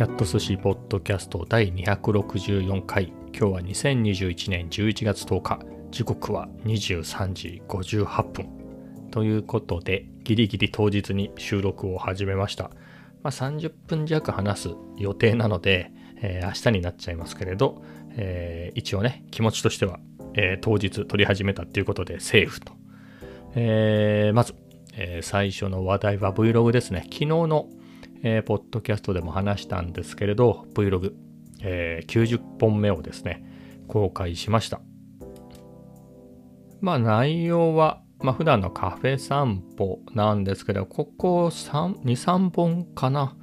キャット寿司ポッドキャスト第264回。今日は2021年11月10日。時刻は23時58分。ということで、ギリギリ当日に収録を始めました。30分弱話す予定なので、明日になっちゃいますけれど、一応ね、気持ちとしては、当日撮り始めたっていうことでセーフと。まず、最初の話題は Vlog ですね。昨日のポッドキャストでも話したんですけれど、Vlog、90本目をですね、公開しました。内容は、普段のカフェ散歩なんですけど、ここ2、3本かな。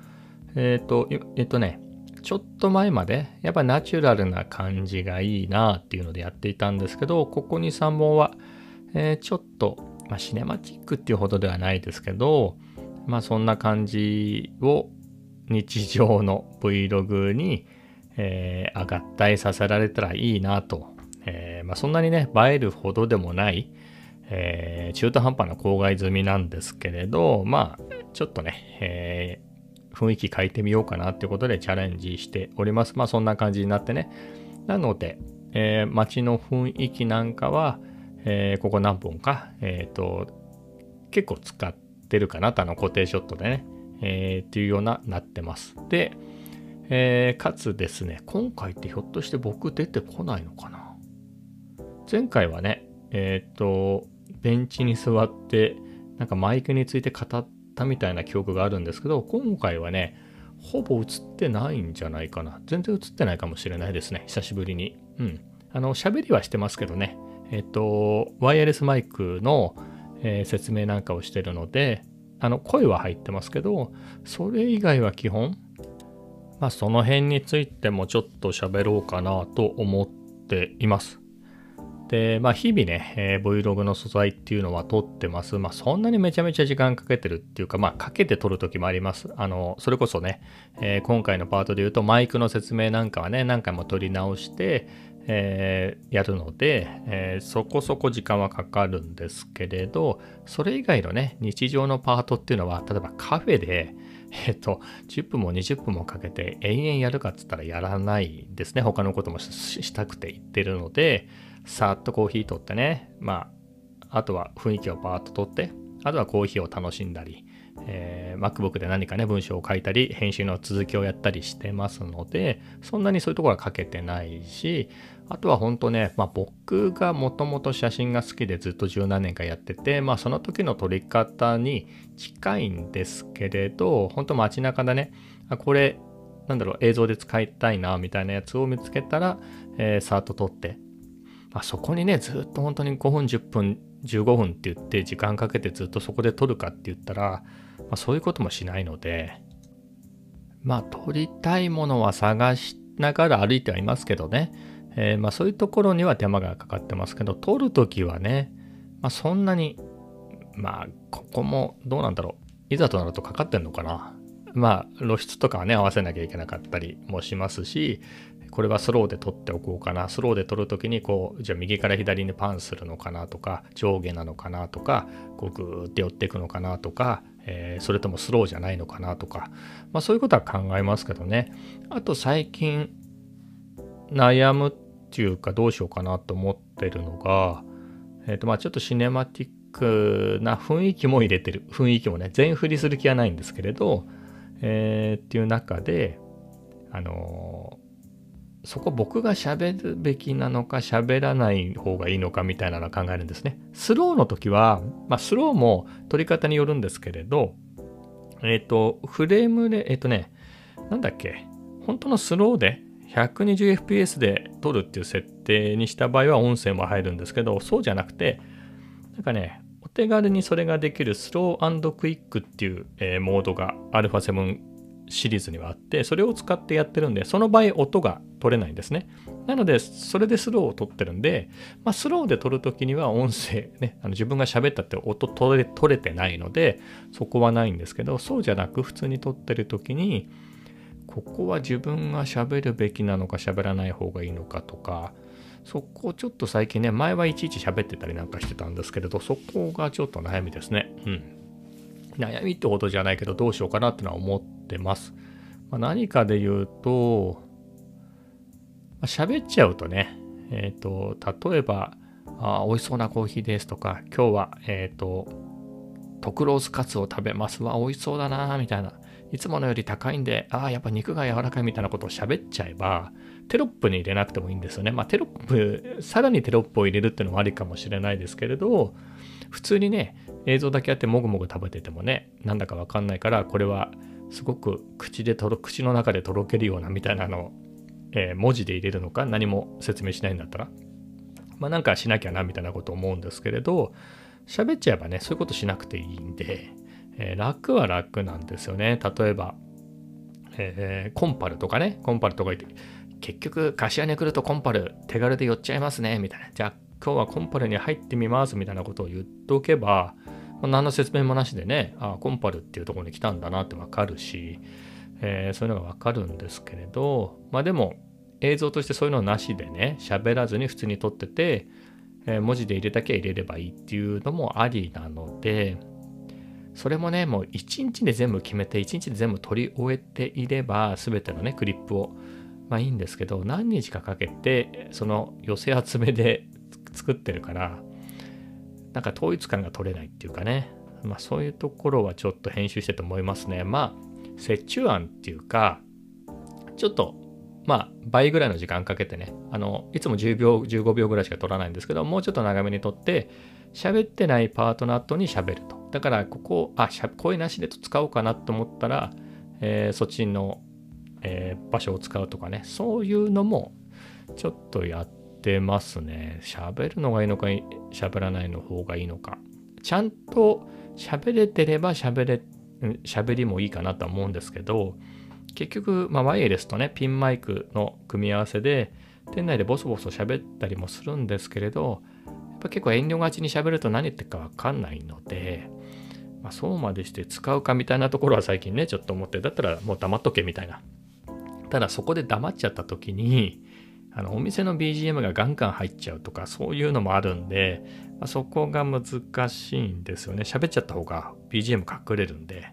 ちょっと前まで、やっぱナチュラルな感じがいいなっていうのでやっていたんですけど、ここ2、3本は、ちょっと、シネマチックっていうほどではないですけど、そんな感じを日常の Vlog に、上がったりさせられたらいいなと。そんなにね、映えるほどでもない、中途半端な郊外済みなんですけれど、ちょっとね、雰囲気変えてみようかなっていうことでチャレンジしております。そんな感じになってね。なので、街の雰囲気なんかは、ここ何本か、結構使ってるかなと、固定ショットでね、っていうようななってます。で、かつですね、今回ってひょっとして僕出てこないのかな。前回はね、ベンチに座ってなんかマイクについて語ったみたいな記憶があるんですけど、今回はね、ほぼ映ってないんじゃないかな。全然映ってないかもしれないですね、久しぶりに。喋りはしてますけどね、ワイヤレスマイクの、説明なんかをしてるので、声は入ってますけど、それ以外は基本、その辺についてもちょっと喋ろうかなと思っています。で、日々ね、Vlog の素材っていうのは撮ってます。そんなにめちゃめちゃ時間かけてるっていうか、かけて撮る時もあります。それこそね、今回のパートで言うと、マイクの説明なんかはね、何回も撮り直して、やるので、そこそこ時間はかかるんですけれど、それ以外のね、日常のパートっていうのは、例えばカフェで、10分も20分もかけて延々やるかっつったらやらないですね。他のこともしたくて言ってるので、さっとコーヒー取ってね、あとは雰囲気をパーッと取って、あとはコーヒーを楽しんだり、MacBook で何かね、文章を書いたり、編集の続きをやったりしてますので、そんなにそういうところはかけてないし、あとは本当ね、僕がもともと写真が好きでずっと十何年間やってて、その時の撮り方に近いんですけれど、本当街中でね、これ、映像で使いたいな、みたいなやつを見つけたら、さーっと撮って、そこにね、ずっと本当に5分、10分、15分って言って時間かけてずっとそこで撮るかって言ったら、そういうこともしないので、撮りたいものは探しながら歩いてはいますけどね、そういうところには手間がかかってますけど、撮るときはね、そんなに、ここもどうなんだろう。いざとなるとかかってんのかな。露出とかはね、合わせなきゃいけなかったりもしますし、これはスローで撮っておこうかな。スローで撮るときにじゃあ右から左にパンするのかなとか、上下なのかなとか、グーって寄っていくのかなとか、それともスローじゃないのかなとか、そういうことは考えますけどね。あと最近悩むっていうかどうしようかなと思ってるのが、ちょっとシネマティックな雰囲気も入れてる。雰囲気もね、全振りする気はないんですけれど、っていう中で、そこ僕が喋るべきなのか喋らない方がいいのかみたいなのを考えるんですね。スローの時は、スローも撮り方によるんですけれど、フレームで、本当のスローで 120fps で撮るっていう設定にした場合は音声も入るんですけど、そうじゃなくて、お手軽にそれができるスロー&クイックっていう、モードが α7シリーズにはあって、それを使ってやってるんで、その場合音が取れないんですね。なので、それでスローを取ってるんで、スローで撮るときには音声ね、自分が喋ったって音取れてないので、そこはないんですけど、そうじゃなく普通に撮ってるときに、ここは自分が喋るべきなのか喋らない方がいいのかとか、そこちょっと最近ね、前はいちいち喋ってたりなんかしてたんですけれど、そこがちょっと悩みですね。悩みってほどじゃないけどどうしようかなってのは思ってます。 何かで言うと、喋っちゃうとね、例えば、美味しそうなコーヒーですとか、今日は、特ロースカツを食べます。美味しそうだなみたいな。いつものより高いんで、やっぱ肉が柔らかいみたいなことを喋っちゃえば、テロップに入れなくてもいいんですよね。テロップ、さらにテロップを入れるっていうのもありかもしれないですけれど、普通にね、映像だけやってもぐもぐ食べててもね、なんだかわかんないから、これはすごく口の中でとろけるようなみたいなのを、文字で入れるのか、何も説明しないんだったら、なんかしなきゃなみたいなことを思うんですけれど、喋っちゃえばね、そういうことしなくていいんで、楽は楽なんですよね。例えば、コンパルとかね、コンパルとか言って、結局、柏に来るとコンパル手軽で寄っちゃいますね、みたいな。じゃあ、今日はコンパルに入ってみます、みたいなことを言っておけば、何の説明もなしでね、コンパルっていうところに来たんだなってわかるし、そういうのがわかるんですけれど、でも、映像としてそういうのなしでね、喋らずに普通に撮ってて、文字で入れたきゃ入れればいいっていうのもありなので、それもね、もう1日で全部決めて、1日で全部撮り終えていれば、全てのね、クリップを、いいんですけど、何日かかけて、その寄せ集めで作ってるから、なんか統一感が取れないっていうかね、そういうところはちょっと編集してて思いますね。折衷案っていうか、ちょっと、倍ぐらいの時間かけてね、いつも10秒、15秒ぐらいしか撮らないんですけど、もうちょっと長めに撮って、喋ってないパートの後に喋ると。だから、ここ、声なしで使おうかなと思ったら、そっちの、場所を使うとかね、そういうのもちょっとやってますね。喋るのがいいのか、喋らないの方がいいのか。ちゃんと喋れてれば喋りもいいかなとは思うんですけど、結局、ワイヤレスとね、ピンマイクの組み合わせで、店内でボソボソ喋ったりもするんですけれど、やっぱ結構遠慮がちに喋ると何言ってるかわかんないので、そうまでして使うかみたいなところは最近ね、ちょっと思って、だったらもう黙っとけみたいな。ただそこで黙っちゃった時に、お店の BGM がガンガン入っちゃうとか、そういうのもあるんで、そこが難しいんですよね。喋っちゃった方が BGM 隠れるんで。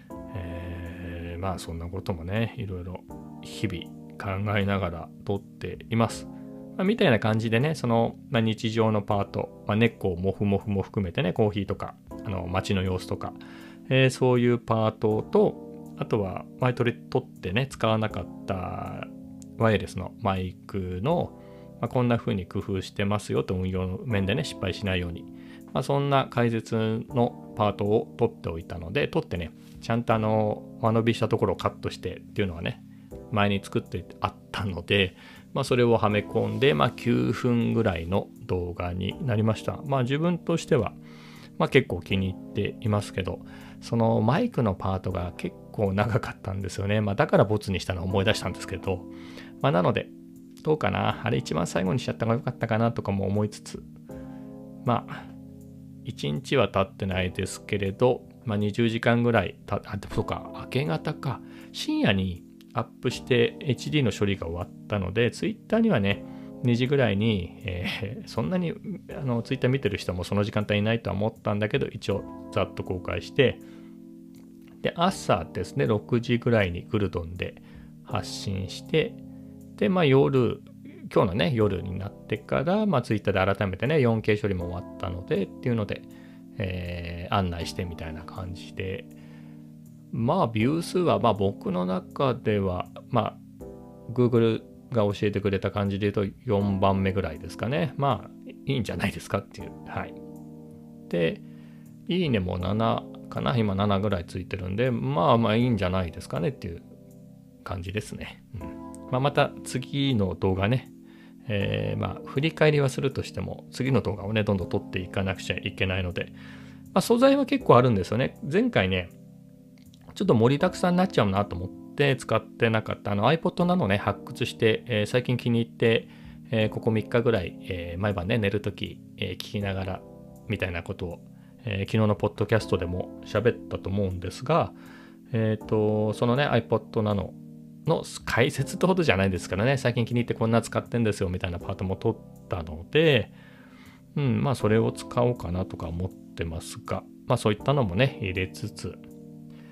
そんなこともね、いろいろ日々考えながら撮っています。みたいな感じでね、その、日常のパート、根っこもふもふも含めてね、コーヒーとか、街の様子とか、そういうパートと、あとは前撮ってね、使わなかったワイヤレスのマイクの、こんな風に工夫してますよと運用の面でね、失敗しないように。そんな解説のパートを取っておいたので、取ってね、ちゃんと間延びしたところをカットしてっていうのはね、前に作ってあったので、それをはめ込んで、9分ぐらいの動画になりました。自分としては、結構気に入っていますけど、そのマイクのパートが結構長かったんですよね。だからボツにしたのを思い出したんですけど、なので、どうかな、あれ一番最後にしちゃった方が良かったかなとかも思いつつ、1日は経ってないですけれど、20時間ぐらいそうか、明け方か、深夜にアップして HD の処理が終わったので、Twitter にはね、2時ぐらいに、そんなにTwitter 見てる人もその時間帯いないとは思ったんだけど、一応ざっと公開して、で、朝ですね、6時ぐらいにグルドンで発信して、で、今日のね、夜になってから、Twitter で改めてね、4K 処理も終わったので、っていうので、案内してみたいな感じで、ビュー数は、僕の中では、Google が教えてくれた感じで言うと4番目ぐらいですかね。いいんじゃないですかっていう。はい。で、いいねも7かな。今7ぐらいついてるんで、いいんじゃないですかねっていう感じですね。また次の動画ね、振り返りはするとしても、次の動画をね、どんどん撮っていかなくちゃいけないので、素材は結構あるんですよね。前回ね、ちょっと盛りだくさんになっちゃうなと思って使ってなかった iPod なのね、発掘して、最近気に入って、ここ3日ぐらい、毎晩ね、寝るとき、聞きながらみたいなことを、昨日のポッドキャストでも喋ったと思うんですが、そのね、iPod なのの解説ってほどじゃないですからね、最近気に入ってこんな使ってんですよみたいなパートも取ったので、それを使おうかなとか思ってますが、そういったのもね、入れつつ、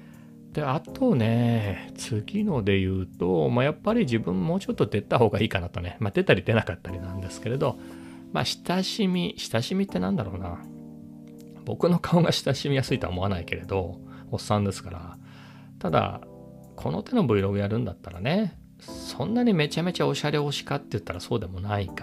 で、あとね、次ので言うと、やっぱり自分もうちょっと出た方がいいかなとね、出たり出なかったりなんですけれど、親しみってなんだろうな。僕の顔が親しみやすいとは思わないけれど、おっさんですから。ただ、この手の Vlog やるんだったらね、そんなにめちゃめちゃおしゃれ推しかって言ったらそうでもないから、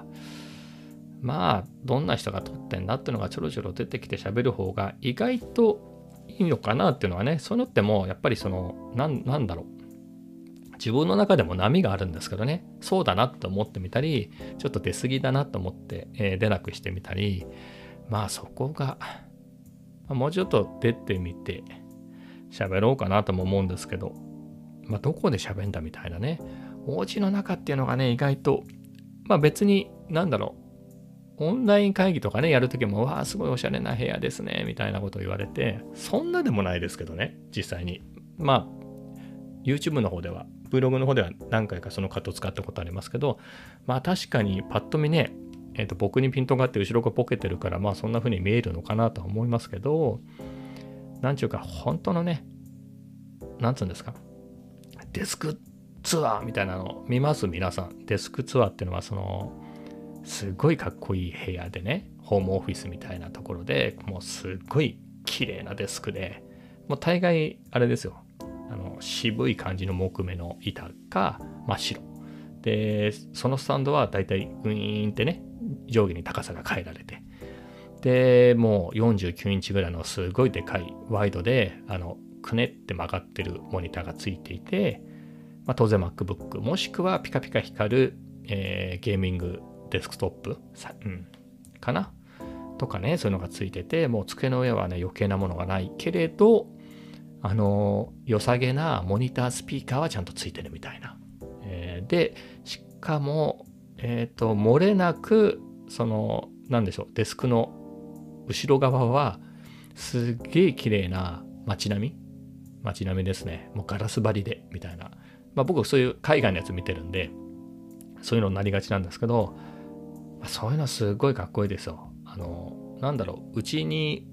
どんな人が撮ってんだっていうのがちょろちょろ出てきて喋る方が意外といいのかなっていうのはね、そういうのってもやっぱりなんだろう。自分の中でも波があるんですけどね、そうだなって思ってみたり、ちょっと出過ぎだなと思って、出なくしてみたり、そこが、もうちょっと出てみて喋ろうかなとも思うんですけど、どこで喋んだみたいなね、お家の中っていうのがね、意外と、別に、オンライン会議とかね、やるときも、わあ、すごいおしゃれな部屋ですね、みたいなことを言われて、そんなでもないですけどね、実際に。YouTube の方では、Vlog の方では何回かそのカットを使ったことありますけど、確かにパッと見ね、僕にピントがあって後ろがボケてるから、そんな風に見えるのかなとは思いますけど、なんちゅうか、本当のね、なんつうんですか、デスクツアーみたいなの見ます皆さん。デスクツアーっていうのはすごいかっこいい部屋でね、ホームオフィスみたいなところでもうすっごい綺麗なデスクで、もう大概あれですよ、渋い感じの木目の板か真っ白で、そのスタンドはだいたいグイーンってね、上下に高さが変えられて、でもう49インチぐらいのすごいでかいワイドでくねって曲がってるモニターがついていて、当然 MacBook もしくはピカピカ光る、ゲーミングデスクトップ、かなとかね、そういうのがついてて、もう机の上はね余計なものがないけれど、良さげなモニタースピーカーはちゃんとついてるみたいな、でしかも漏れなくなんでしょう、デスクの後ろ側はすっげえ綺麗な街並みですね。もうガラス張りでみたいな。僕そういう海外のやつ見てるんで、そういうのになりがちなんですけど、そういうのすごいかっこいいですよ。うちに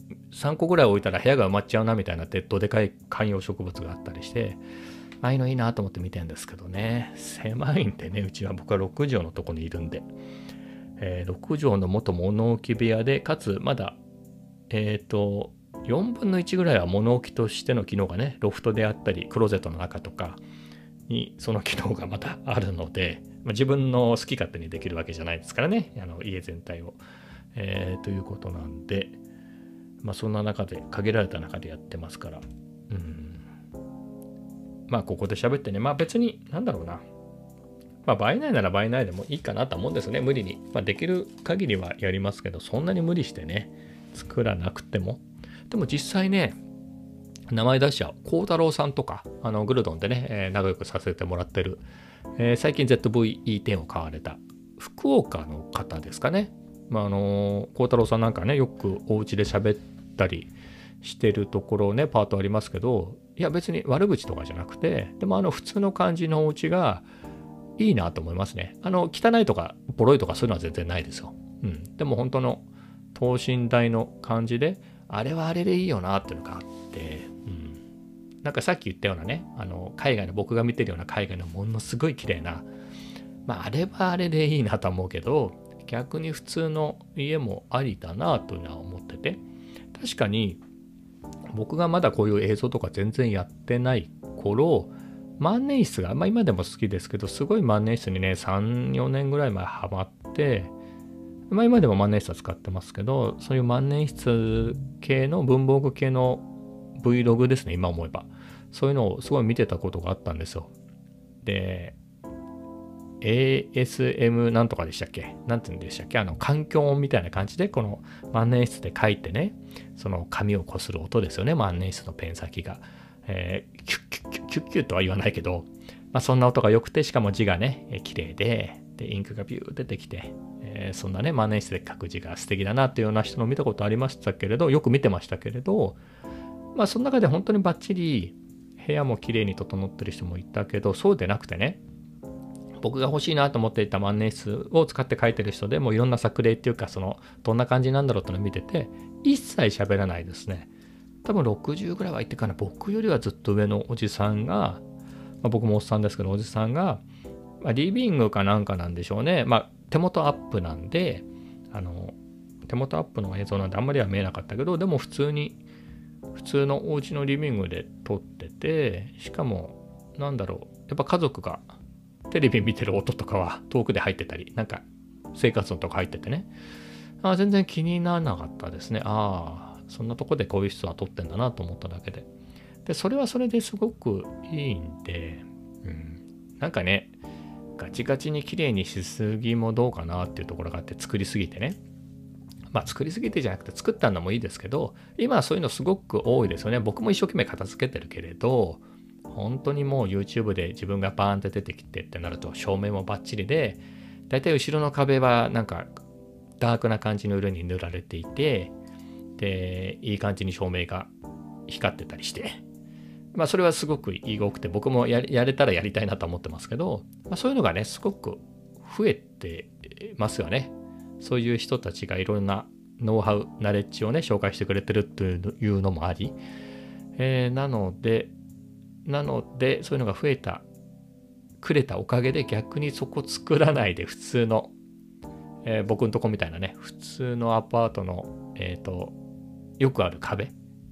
3個ぐらい置いたら部屋が埋まっちゃうなみたいなでかい観葉植物があったりして、ああいうのいいなと思って見てるんですけどね。狭いんでね、うちは僕は6畳のとこにいるんで、6畳の元物置部屋で、かつまだ4分の1ぐらいは物置としての機能がね、ロフトであったりクローゼットの中とかにその機能がまたあるので、自分の好き勝手にできるわけじゃないですからね、家全体を、ということなんで、そんな中で限られた中でやってますから、ここで喋ってね、別に倍内なら倍内でもいいかなと思うんですね、無理に。できる限りはやりますけど、そんなに無理してね作らなくても。でも実際ね、名前出しちゃう孝太郎さんとか、グルドンでね、仲良くさせてもらってる、最近 ZV-E10 を買われた福岡の方ですかね。孝太郎さんなんかね、よくお家で喋ったりしてるところね、パートありますけど、いや別に悪口とかじゃなくて、でも普通の感じのお家がいいなと思いますね。汚いとかボロいとかそういうのは全然ないですよ。でも本当の等身大の感じで、あれはあれでいいよなっていうのがあって、なんかさっき言ったようなね、海外の、僕が見てるような海外のものすごい綺麗な、あれはあれでいいなと思うけど、逆に普通の家もありだなというのは思ってて、確かに僕がまだこういう映像とか全然やってない頃、万年筆が、今でも好きですけど、すごい万年筆にね、3、4年ぐらい前ハマって、今でも万年筆は使ってますけど、そういう万年筆系の文房具系の Vlog ですね、今思えば。そういうのをすごい見てたことがあったんですよ。で、ASM なんとかでしたっけ、なんて言うんでしたっけ、環境音みたいな感じで、この万年筆で書いてね、その紙をこする音ですよね、万年筆のペン先が。キュッキュッキュッキュッキュッとは言わないけど、そんな音が良くて、しかも字がね、綺麗で、インクがビュー出てきて、そんなね、万年筆で書く字が素敵だなっていうような人の見たことありましたけれど、よく見てましたけれど、その中で本当にバッチリ部屋も綺麗に整ってる人もいたけど、そうでなくてね、僕が欲しいなと思っていた万年筆を使って書いてる人でもいろんな作例っていうか、どんな感じなんだろうってのを見てて、一切喋らないですね。 多分60ぐらいは行ってから僕よりはずっと上のおじさんが、僕もおっさんですけどおじさんが、リビングかなんかなんでしょうね。手元アップなんで手元アップの映像なんであんまりは見えなかったけど、でも普通のお家のリビングで撮ってて、しかもやっぱ家族がテレビ見てる音とかは遠くで入ってたり、なんか生活音とか入っててね、全然気にならなかったですね。そんなとこでこういう人は撮ってんだなと思っただけで。で、それはそれですごくいいんで、なんかね、ガチガチに綺麗にしすぎもどうかなっていうところがあって、作りすぎてね。作りすぎてじゃなくて作ったのもいいですけど、今はそういうのすごく多いですよね。僕も一生懸命片付けてるけれど、本当にもう YouTube で自分がバーンって出てきてってなると照明もバッチリで、だいたい後ろの壁はなんかダークな感じの色に塗られていて、でいい感じに照明が光ってたりして、それはすごく良くて、僕もやれたらやりたいなと思ってますけど、そういうのがねすごく増えてますよね。そういう人たちがいろんなノウハウナレッジをね紹介してくれてるというのもあり、なのでそういうのが増えたくれたおかげで、逆にそこ作らないで普通の、僕のとこみたいなね普通のアパートのよくある壁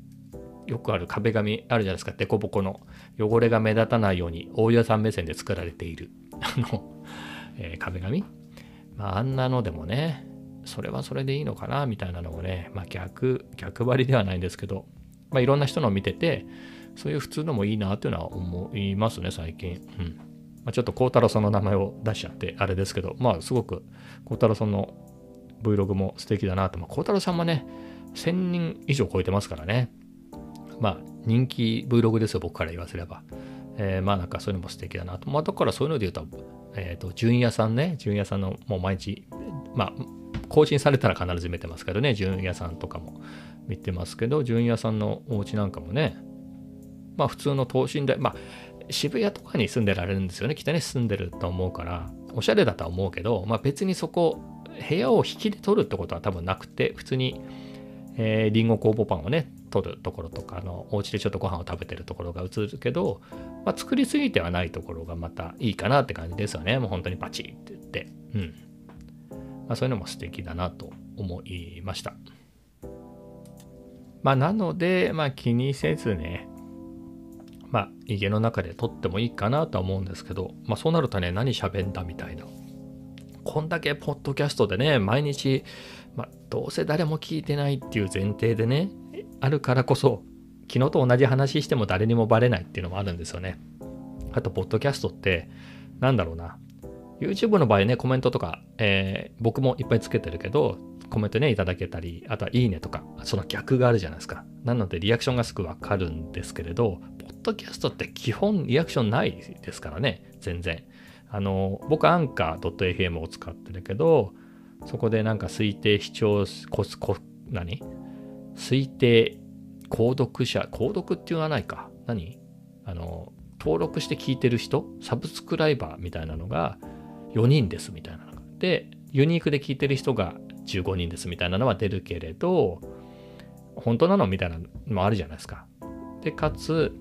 紙あるじゃないですか。デコボコの汚れが目立たないように大家さん目線で作られている壁紙、あんなのでもね、それはそれでいいのかなみたいなのをね、逆張りではないんですけど、いろんな人のを見てて、そういう普通のもいいなっていうのは思いますね最近。ちょっと孝太郎さんの名前を出しちゃってあれですけど、すごく孝太郎さんの Vlog も素敵だなと。孝太郎さんもね1000人以上超えてますからね。人気 Vlog ですよ、僕から言わせれば。なんかそういうのも素敵だなと。だからそういうので言うと、純也さんのもう毎日、更新されたら必ず見てますけどね、純也さんとかも見てますけど、純也さんのお家なんかもね、普通の等身大、渋谷とかに住んでられるんですよね、きっとね、住んでると思うから、おしゃれだとは思うけど、別にそこ、部屋を引きで撮るってことは多分なくて、普通に、リンゴ酵母パンをね、撮るところとか、お家でちょっとご飯を食べてるところが映るけど、作りすぎてはないところがまたいいかなって感じですよね。もう本当にパチッって言って。そういうのも素敵だなと思いました。なので、気にせずね、家の中で撮ってもいいかなとは思うんですけど、そうなるとね、何喋んだみたいな。こんだけポッドキャストでね、毎日、どうせ誰も聞いてないっていう前提でね、あるからこそ、昨日と同じ話しても誰にもバレないっていうのもあるんですよね。あと、ポッドキャストって、YouTube の場合ね、コメントとか、僕もいっぱいつけてるけど、コメントね、いただけたり、あとはいいねとか、その逆があるじゃないですか。なので、リアクションがすぐわかるんですけれど、ポッドキャストって基本リアクションないですからね、全然。僕、アンカー .fm を使ってるけど、そこでなんか推定視聴推定購読っていうのはないか。登録して聞いてる人、サブスクライバーみたいなのが4人ですみたいなのが。で、ユニークで聞いてる人が15人ですみたいなのは出るけれど、本当なのみたいなのもあるじゃないですか。で、かつ、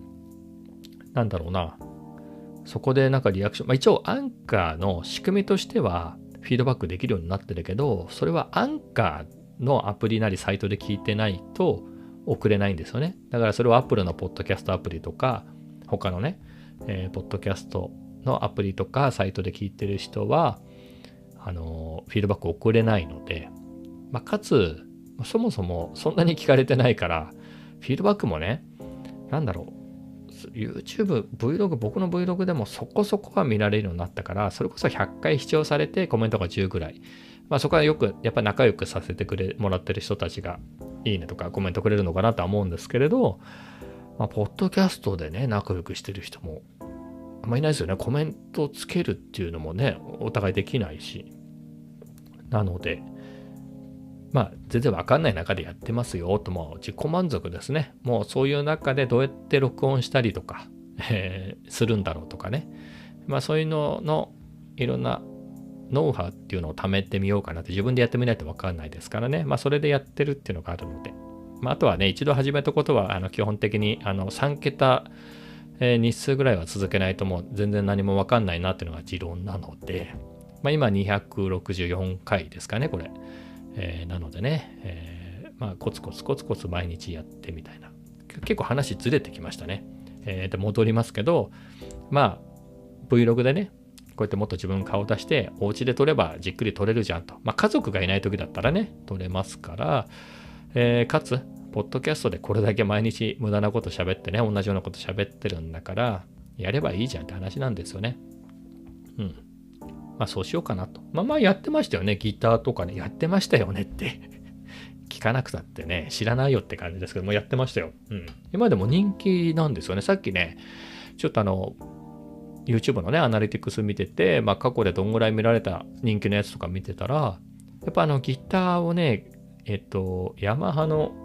そこでなんかリアクション、一応アンカーの仕組みとしてはフィードバックできるようになってるけど、それはアンカーのアプリなりサイトで聞いてないと送れないんですよね。だからそれを Apple のポッドキャストアプリとか、他のね、ポッドキャストのアプリとかサイトで聞いてる人は、フィードバック送れないので、かつ、そもそもそんなに聞かれてないから、フィードバックもね、YouTube、Vlog、僕の Vlog でもそこそこは見られるようになったから、それこそ100回視聴されてコメントが10ぐらい。そこはよく、やっぱ仲良くさせてもらってる人たちが、いいねとかコメントくれるのかなとは思うんですけれど、ポッドキャストでね、仲良くしてる人もあんまいないですよね。コメントつけるっていうのもね、お互いできないし。なので、全然わかんない中でやってますよと、もう自己満足ですね。もうそういう中でどうやって録音したりとか、するんだろうとかね。そういうののいろんなノウハウっていうのを貯めてみようかなって、自分でやってみないとわかんないですからね。それでやってるっていうのがあるので、 あとはね、一度始めたことは基本的に3桁日数ぐらいは続けないともう全然何も分かんないなっていうのが持論なので、今264回ですかね、これ。なのでね、コツコツコツコツ毎日やってみたいな。結構話ずれてきましたね。で戻りますけど、Vlog でね、こうやってもっと自分顔出してお家で撮ればじっくり撮れるじゃんと。家族がいない時だったらね、撮れますから、かつ、ポッドキャストでこれだけ毎日無駄なこと喋ってね、同じようなこと喋ってるんだから、やればいいじゃんって話なんですよね。そうしようかなと。やってましたよね。ギターとかね、やってましたよねって聞かなくたってね、知らないよって感じですけども、やってましたよ。今でも人気なんですよね。さっきね、ちょっとYouTube のね、アナリティクス見てて、過去でどんぐらい見られた人気のやつとか見てたら、やっぱギターをね、ヤマハの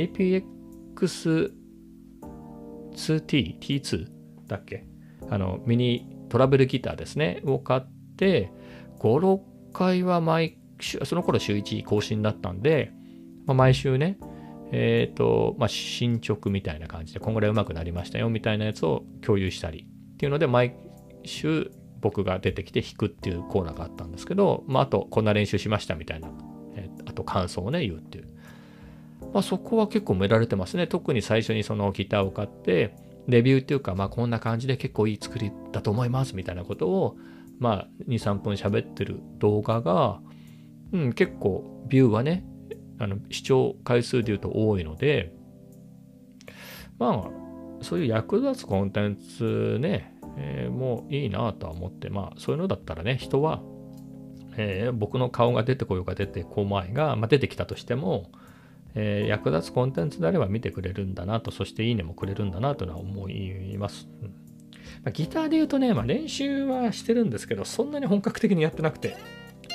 APX2T、T2 だっけミニトラベルギターですね、を買って、5、6回は毎週、その頃週1更新だったんで、毎週ね、進捗みたいな感じで、こんぐらい上手くなりましたよ、みたいなやつを共有したりっていうので、毎週僕が出てきて弾くっていうコーナーがあったんですけど、あとこんな練習しましたみたいな、あと感想をね、言うっていう。そこは結構見られてますね。特に最初にそのギターを買って、レビューっていうか、こんな感じで結構いい作りだと思いますみたいなことを、2、3分喋ってる動画が、結構ビューはね、視聴回数で言うと多いので、そういう役立つコンテンツね、もういいなとは思って、そういうのだったらね、人は、僕の顔が出てこようが出てこまいが、出てきたとしても、役立つコンテンツであれば見てくれるんだなと、そしていいねもくれるんだなというのは思います。ギターで言うとね、練習はしてるんですけど、そんなに本格的にやってなくて。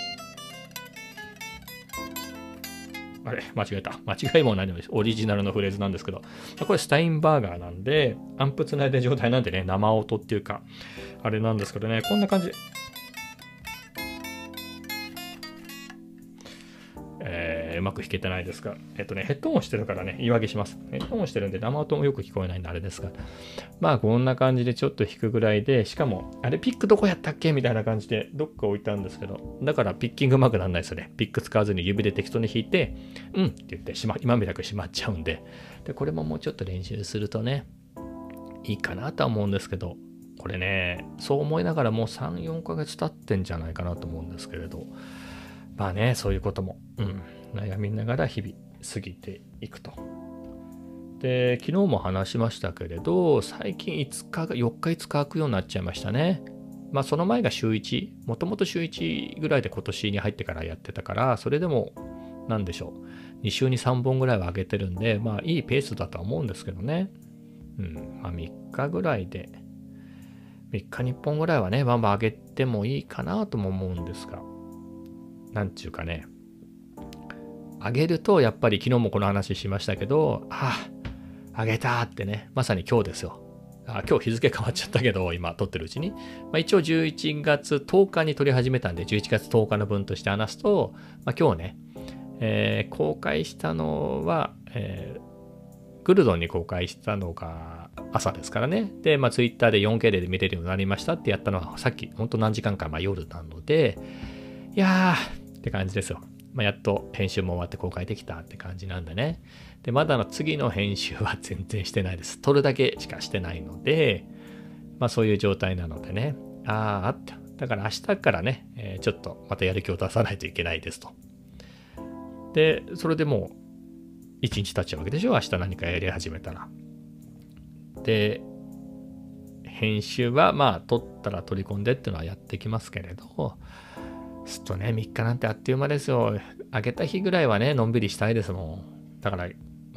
あれ間違えた。間違いも何でもいいです。オリジナルのフレーズなんですけど、これスタインバーガーなんで、アンプつないでる状態なんでね、生音っていうか、あれなんですけどね、こんな感じで。うまく弾けてないですが、ヘッドホンしてるからね、言い訳します。ヘッドホンしてるんで生音もよく聞こえないんであれですが、こんな感じでちょっと弾くぐらいで、しかも、あれピックどこやったっけみたいな感じでどっか置いたんですけど、だからピッキングうまくならないですよね。ピック使わずに指で適当に弾いて、って言って今みたくしまっちゃうんで、これももうちょっと練習するとね、いいかなとは思うんですけど、これね、そう思いながらもう3、4ヶ月経ってんじゃないかなと思うんですけれど、そういうことも、悩みながら日々過ぎていくと。で、昨日も話しましたけれど、最近4日5日空くようになっちゃいましたね。その前が週1、もともと週1ぐらいで今年に入ってからやってたから、それでも、なんでしょう、2週に3本ぐらいは上げてるんで、いいペースだとは思うんですけどね。3日ぐらいで、3日に1本ぐらいはね、上げてもいいかなとも思うんですが、なんちゅうかね、上げるとやっぱり昨日もこの話しましたけど、上げたってね、まさに今日ですよ。今日日付変わっちゃったけど、今撮ってるうちに。一応11月10日に撮り始めたんで、11月10日の分として話すと、今日ね、公開したのは、グルドンに公開したのが朝ですからね。で、ツイッターで 4K で見れるようになりましたってやったのはさっき、ほんと何時間か夜なので、いやーって感じですよ。やっと編集も終わって公開できたって感じなんでね。で、まだ次の編集は全然してないです。撮るだけしかしてないので、そういう状態なのでね。だから明日からね、ちょっとまたやる気を出さないといけないですと。で、それでもう1日経っちゃうわけでしょ。明日何かやり始めたら。で、編集は撮ったら取り込んでっていうのはやってきますけれど、すっとね、3日なんてあっという間ですよ。あげた日ぐらいはね、のんびりしたいですもん。だから、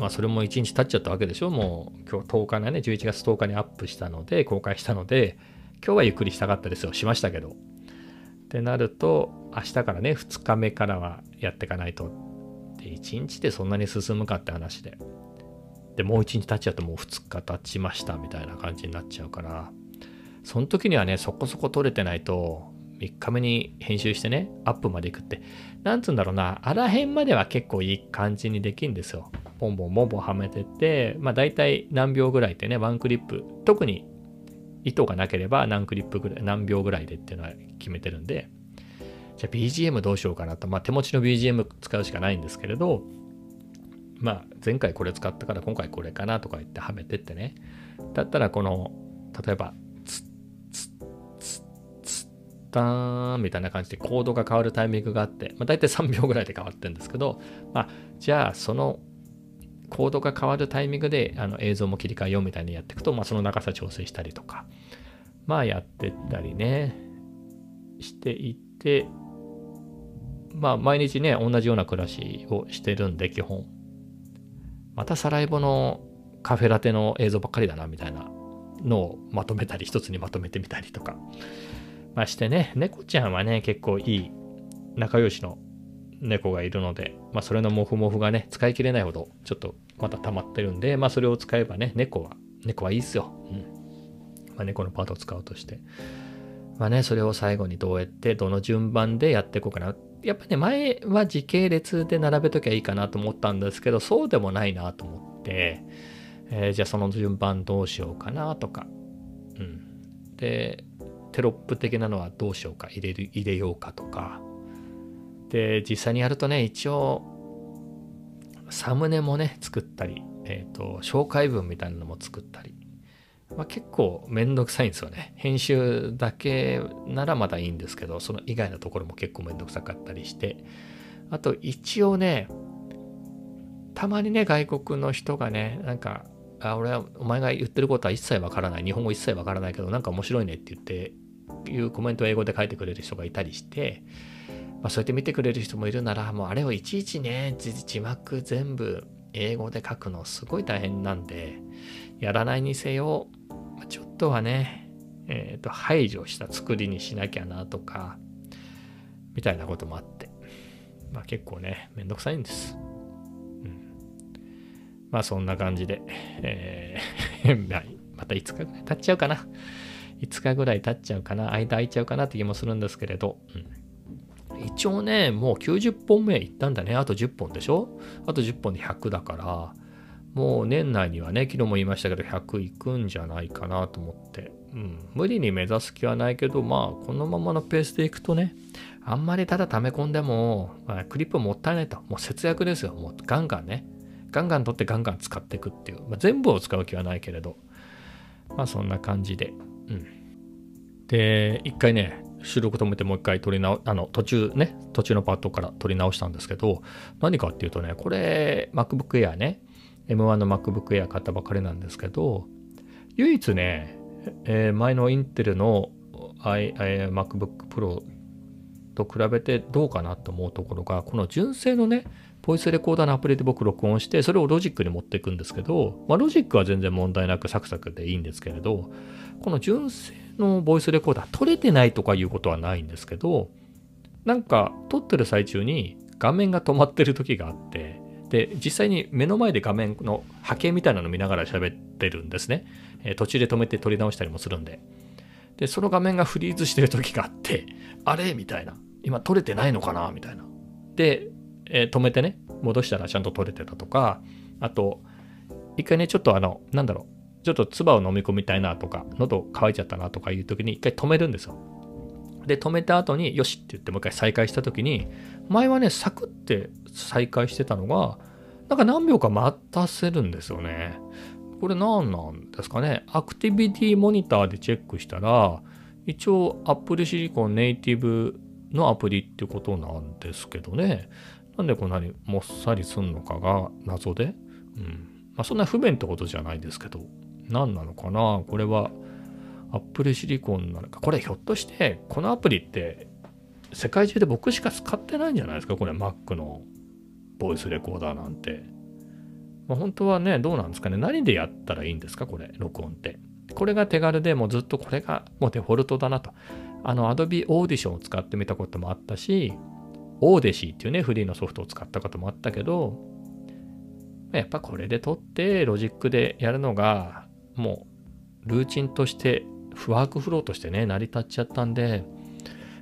それも1日経っちゃったわけでしょ。もう今日10日ね、11月10日にアップしたので、公開したので、今日はゆっくりしたかったですよ。しましたけど。ってなると、明日からね、2日目からはやっていかないと。で、1日でそんなに進むかって話で。で、もう1日経っちゃうともう2日経ちましたみたいな感じになっちゃうから、その時にはね、そこそこ取れてないと、 3日目に編集してね、アップまでいくって、なんつうんだろうな、あらへんまでは結構いい感じにできるんですよ。ボンボンボンボンはめてって、まあ大体何秒ぐらいってね、ワンクリップ、特に糸がなければ何クリップぐらい、何秒ぐらいでっていうのは決めてるんで、じゃあ BGM どうしようかなと、まあ手持ちの BGM 使うしかないんですけれど、まあ前回これ使ったから今回これかなとか言ってはめてってね、だったらこの、例えば、ツッツッツッツッターンみたいな感じでコードが変わるタイミングがあって、まあ大体3秒ぐらいで変わってるんですけど、まあじゃあそのコードが変わるタイミングで映像も切り替えようみたいにやっていくと、まあ、その長さ調整したりとか、まあやってったりね、していって、まあ毎日ね、同じような暮らしをしてるんで、基本。またサライボのカフェラテの映像ばっかりだな、みたいなのをまとめたり、一つにまとめてみたりとか、まあしてね、猫ちゃんはね、結構いい仲良しの猫がいるので、まあそれのモフモフがね、使い切れないほどちょっとまた溜まってるんで、まあそれを使えばね、猫はいいっすよ。まあ猫のパートを使うとして。まあね、それを最後にどうやって、どの順番でやっていこうかな。やっぱね、前は時系列で並べときゃいいかなと思ったんですけど、そうでもないなと思って、じゃあその順番どうしようかなとか。で、テロップ的なのはどうしようか、入れようかとか。で、実際にやるとね、一応、サムネもね、作ったり、紹介文みたいなのも作ったり。まあ、結構めんどくさいんですよね。編集だけならまだいいんですけど、その以外のところも結構めんどくさかったりして。あと、一応ね、たまにね、外国の人がね、なんか、俺はお前が言ってることは一切わからない。日本語一切わからないけど、なんか面白いねって言って、いうコメントを英語で書いてくれる人がいたりして、まあ、そうやって見てくれる人もいるなら、もうあれをいちいちね、字幕全部英語で書くのすごい大変なんで、やらないにせよ、ちょっとはね、排除した作りにしなきゃなとか、みたいなこともあって、まあ結構ね、めんどくさいんです。まあそんな感じで、また5日ぐらい経っちゃうかな。5日ぐらい経っちゃうかな。間空いちゃうかなって気もするんですけれど、一応ね、もう90本目いったんだね。あと10本でしょ？あと10本で100だから、もう年内にはね、昨日も言いましたけど、100いくんじゃないかなと思って。無理に目指す気はないけど、まあ、このままのペースでいくとね、あんまりただ溜め込んでも、クリップもったいないと。もう節約ですよ。もうガンガンね。ガンガン取ってガンガン使っていくっていう。全部を使う気はないけれど。まあ、そんな感じで。で、一回ね、収録止めてもう一回途中のパートから撮り直したんですけど、何かっていうとね、これ MacBook Air ね、M1 の MacBook Air 買ったばかりなんですけど、唯一ね、前のインテルの、MacBook Pro と比べてどうかなと思うところが、この純正のね、ボイスレコーダーのアプリで僕録音して、それをロジックに持っていくんですけど、ロジックは全然問題なくサクサクでいいんですけれど、この純正のボイスレコーダー撮れてないとかいうことはないんですけど、なんか撮ってる最中に画面が止まってる時があって、で、実際に目の前で画面の波形みたいなの見ながら喋ってるんですね。途中で止めて撮り直したりもするんで。で、その画面がフリーズしてる時があって、あれみたいな。今撮れてないのかなみたいな。で、止めてね、戻したらちゃんと撮れてたとか、あと、一回ね、ちょっとちょっと唾を飲み込みたいなとか、喉乾いちゃったなとかいう時に一回止めるんですよ。で、止めた後に、よしって言ってもう一回再開した時に、前はね、サクって再開してたのが、なんか何秒か待たせるんですよね。これ何なんですかね。アクティビティモニターでチェックしたら、一応 Apple Silicon ネイティブのアプリってことなんですけどね。なんでこんなにもっさりすんのかが謎で。そんな不便ってことじゃないですけど、何なのかなこれは Apple Silicon なのか。これひょっとして、このアプリって世界中で僕しか使ってないんじゃないですかこれ Mac のボイスレコーダーなんて。本当はね、どうなんですかね。何でやったらいいんですかこれ、録音って。これが手軽でもうずっとこれがもうデフォルトだなと。Adobe Audition を使ってみたこともあったし、Odyssey っていうね、フリーのソフトを使ったこともあったけど、やっぱこれで撮ってロジックでやるのがもうルーチンとしてワークフローとしてね成り立っちゃったんで、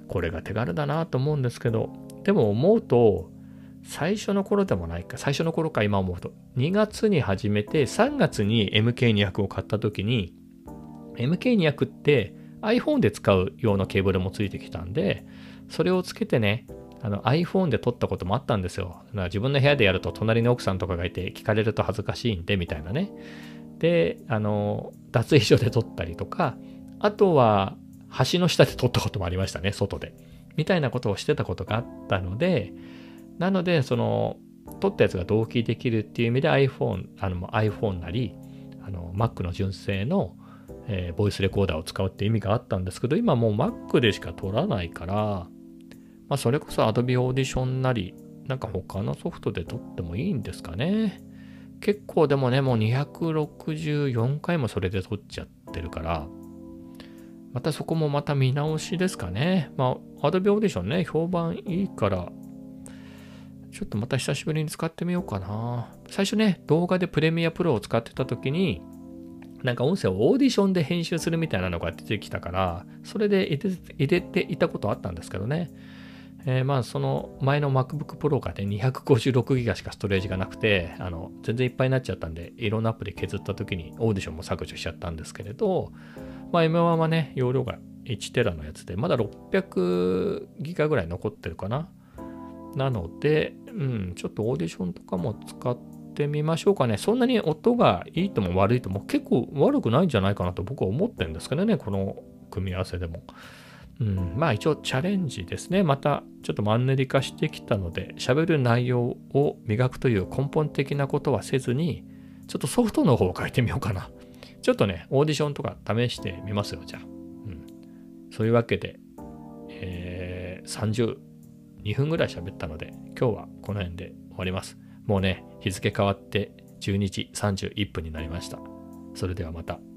これが手軽だなと思うんですけど、でも思うと、最初の頃でもないか、最初の頃か今思うと、2月に始めて3月に MK200 を買った時に、MK200 って iPhone で使う用のケーブルもついてきたんで、それをつけてね、iPhone で撮ったこともあったんですよ。だから自分の部屋でやると隣の奥さんとかがいて聞かれると恥ずかしいんでみたいなね。で、脱衣所で撮ったりとか、あとは橋の下で撮ったこともありましたね、外で。みたいなことをしてたことがあったので、なので、撮ったやつが同期できるっていう意味で iPhone なり、Mac の純正の、ボイスレコーダーを使うっていう意味があったんですけど、今もう Mac でしか撮らないから、それこそ Adobe Audition なり、なんか他のソフトで撮ってもいいんですかね。結構でもね、もう264回もそれで撮っちゃってるから、またそこもまた見直しですかね。Adobe Audition ね、評判いいから、ちょっとまた久しぶりに使ってみようかな。最初ね、動画でプレミアプロを使ってた時に、なんか音声をオーディションで編集するみたいなのが出てきたから、それで入れていたことあったんですけどね。その前の MacBook Pro がね、256GB しかストレージがなくて、全然いっぱいになっちゃったんで、いろんなアプリ削った時にオーディションも削除しちゃったんですけれど、M1 はね、容量が 1TB のやつで、まだ 600GB ぐらい残ってるかな。なので、ちょっとオーディションとかも使ってみましょうかね。そんなに音がいいとも悪いとも結構悪くないんじゃないかなと僕は思ってるんですけどね、この組み合わせでも。一応チャレンジですね。またちょっとマンネリ化してきたので、喋る内容を磨くという根本的なことはせずに、ちょっとソフトの方を変えてみようかな。ちょっとね、オーディションとか試してみますよ、じゃあ。そういうわけで、32分ぐらい喋ったので、今日はこの辺で終わります。もうね、日付変わって12時31分になりました。それではまた。